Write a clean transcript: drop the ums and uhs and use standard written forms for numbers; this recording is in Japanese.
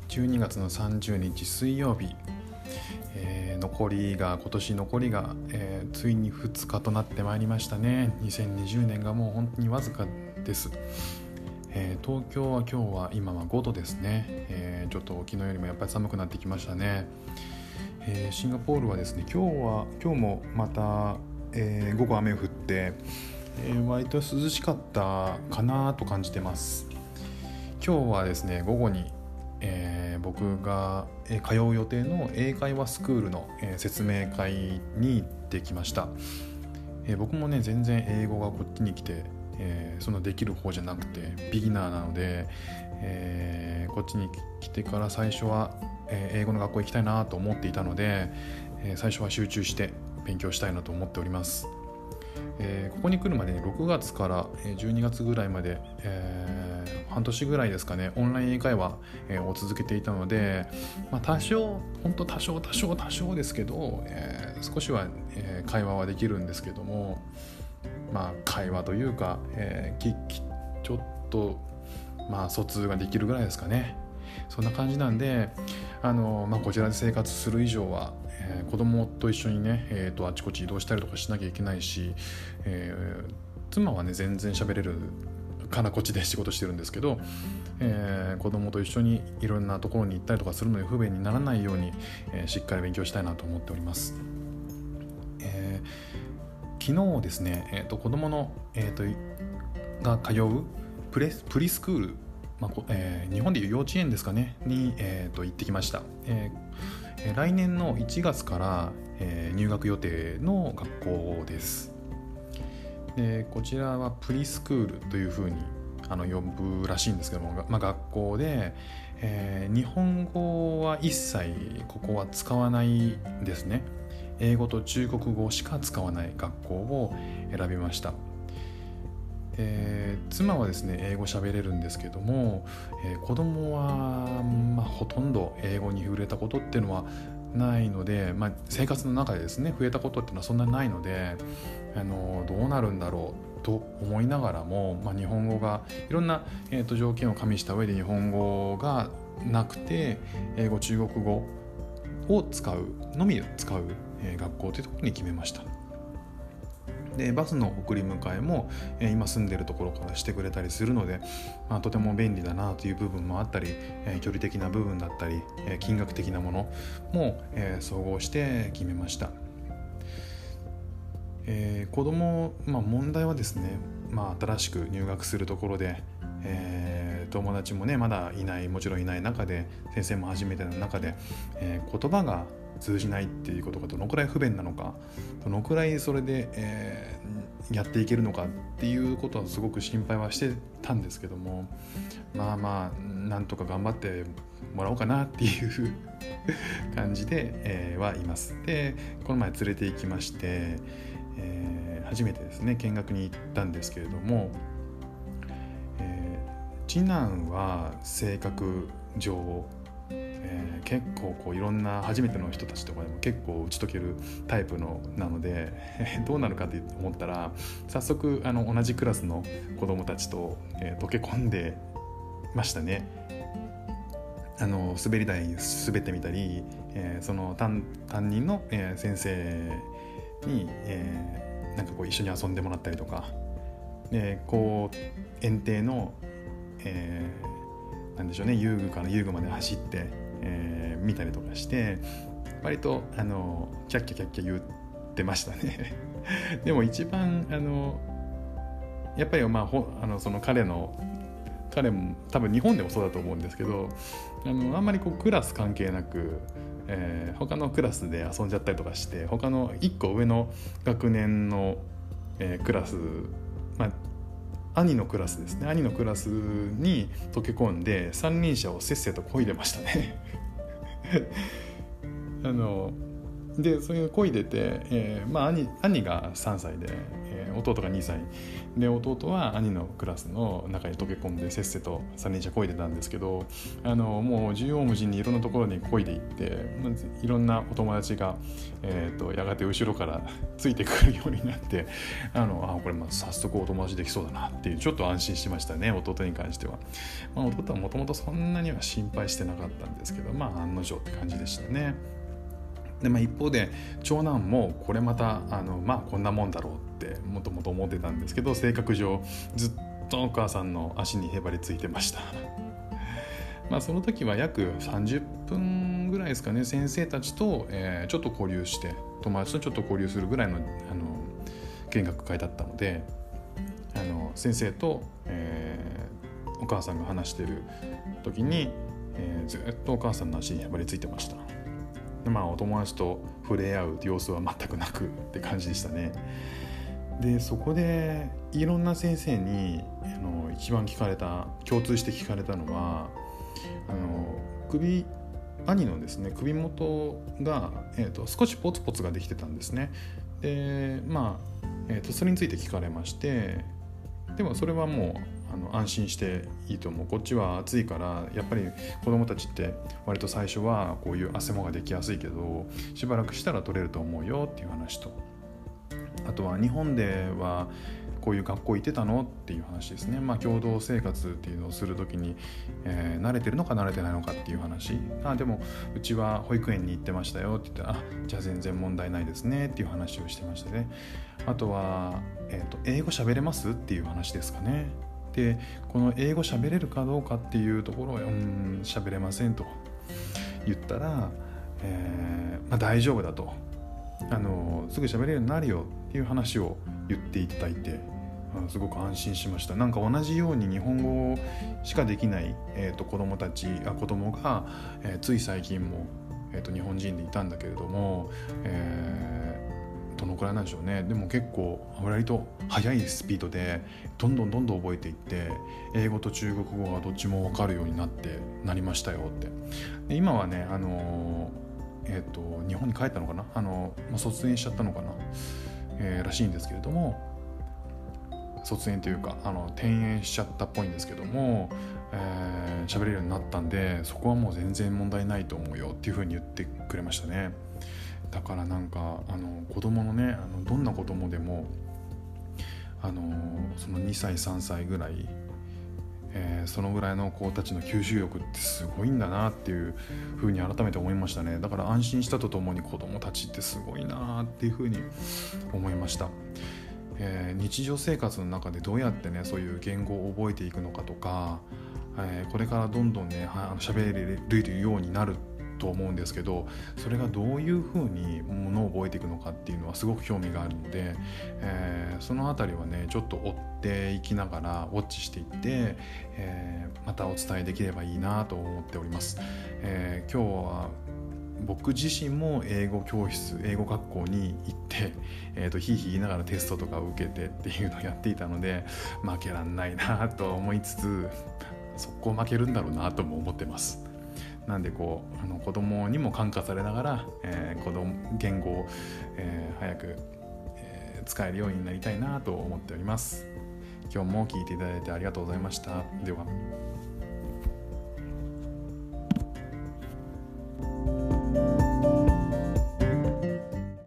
12月の30日水曜日、今年残りが、ついに2日となってまいりましたね。2020年がもう本当にわずかです。東京は今日は今は5度ですね。ちょっと昨日よりもやっぱり寒くなってきましたね。シンガポールはですね、今日もまた、午後雨が降って、割と涼しかったかなと感じてます。今日はですね、午後に、僕が通う予定の英会話スクールの、説明会に行ってきました。僕もね全然英語がこっちに来て、そんなできる方じゃなくてビギナーなので、こっちに来てから最初は、英語の学校行きたいなと思っていたので、最初は集中して勉強したいなと思っております。ここに来るまでに6月から12月ぐらいまで、半年ぐらいですかね、オンライン英会話を続けていたので、多少ですけど、少しは会話はできるんですけども、会話というか、ちょっと疎通ができるぐらいですかね。そんな感じなんで、こちらで生活する以上は、子供と一緒にね、あちこち移動したりとかしなきゃいけないし、妻はね全然喋れるからこっちで仕事してるんですけど、子供と一緒にいろんなところに行ったりとかするのに不便にならないように、しっかり勉強したいなと思っております。昨日ですね、子供の、が通うプリスクール、日本でいう幼稚園ですかねに、行ってきました。来年の1月から、入学予定の学校です。こちらはプリスクールというふうに呼ぶらしいんですけども、学校で、日本語は一切ここは使わないですね。英語と中国語しか使わない学校を選びました。妻はですね英語喋れるんですけども、子供は、ほとんど英語に触れたことっていうのはないので、生活の中でですね増えたことっていうのはそんなにないので、どうなるんだろうと思いながらも、日本語がいろんな、条件を加味した上で日本語がなくて英語中国語をのみ使う、学校というところに決めました。でバスの送り迎えも、今住んでいるところからしてくれたりするので、とても便利だなという部分もあったり、距離的な部分だったり、金額的なものも、総合して決めました。子供、問題はですね、新しく入学するところで、友達もねもちろんいない中で、先生も初めての中で、言葉が通じないっていうことがどのくらい不便なのか、どのくらいそれで、やっていけるのかっていうことはすごく心配はしてたんですけども、なんとか頑張ってもらおうかなっていう感じで、はいます。でこの前連れて行きまして、初めてですね見学に行ったんですけれども、次男は性格上、結構いろんな初めての人たちとかでも結構打ち解けるタイプなのでどうなるかと思ったら、早速同じクラスの子どもたちと、溶け込んでましたね。滑り台に滑ってみたり、その担任の、先生に、一緒に遊んでもらったりとか、園庭のなんでしょうね、遊具から遊具まで走って、見たりとかして、割とキャッキャ言ってましたねでも一番やっぱりその彼も多分日本でもそうだと思うんですけど、あんまりクラス関係なく、他のクラスで遊んじゃったりとかして、他の1個上の学年の、クラス、兄のクラスですね、兄のクラスに溶け込んで三輪車をせっせと漕いでましたねでそういう漕いでて、兄が3歳で、弟が2歳で、弟は兄のクラスの中に溶け込んでせっせと三輪車漕いでたんですけど、もう縦横無尽にいろんなところに漕いでいって、いろんなお友達が、やがて後ろからついてくるようになって、これ早速お友達できそうだなっていう、ちょっと安心しましたね、弟に関しては。弟はもともとそんなには心配してなかったんですけど、案の定って感じでしたね。で一方で長男もこれまたこんなもんだろうってもともと思ってたんですけど、性格上ずっとお母さんの足にへばりついてましたその時は約30分ぐらいですかね、先生たちと、ちょっと交流して、友達とちょっと交流するぐらいの、見学会だったので、先生と、お母さんが話してる時に、ずっとお母さんの足にへばりついてました。お友達と触れ合う様子は全くなくって感じでしたね。でそこでいろんな先生に一番共通して聞かれたのは、兄のですね首元が、少しポツポツができてたんですね。でそれについて聞かれまして、でもそれはもう安心していいと思う、こっちは暑いから、やっぱり子供たちって割と最初はこういう汗もができやすいけど、しばらくしたら取れると思うよっていう話と、あとは日本ではこういう学校行ってたのっていう話ですね。共同生活っていうのをするときに、慣れてるのか慣れてないのかっていう話。でもうちは保育園に行ってましたよって言ったら、じゃあ全然問題ないですねっていう話をしてましたね。あとは、英語喋れますっていう話ですかね。でこの英語喋れるかどうかっていうところを喋れませんと言ったら、大丈夫だと、すぐ喋れるようになるよっていう話を言っていただいて、すごく安心しました。なんか同じように日本語しかできない、子供が、つい最近も、日本人でいたんだけれども、どのくらいなんでしょうね。でも結構割と速いスピードでどんどん覚えていって、英語と中国語がどっちも分かるようになりましたよって。で今はね、日本に帰ったのかな、卒園しちゃったのかな、らしいんですけれども、卒園というか転園しちゃったっぽいんですけども、喋れるようになったんで、そこはもう全然問題ないと思うよっていうふうに言ってくれましたね。だからなんか子供のね、どんな子供でもその2歳3歳ぐらい、そのぐらいの子たちの吸収力ってすごいんだなっていうふうに改めて思いましたね。だから安心したとともに子供たちってすごいなっていうふうに思いました。日常生活の中でどうやってね、そういう言語を覚えていくのかとか、これからどんどんね喋れるようになると思うんですけど、それがどういうふうにものを覚えていくのかっていうのはすごく興味があるので、そのあたりはねちょっと追っていきながらウォッチしていって、またお伝えできればいいなと思っております。今日は僕自身も英語学校に行って、ひいひい言いながらテストとかを受けてっていうのをやっていたので、負けらんないなと思いつつ、速攻負けるんだろうなとも思ってます。なんで子供にも感化されながら、言語を、早く、使えるようになりたいなと思っております。今日も聞いていただいてありがとうございました。では。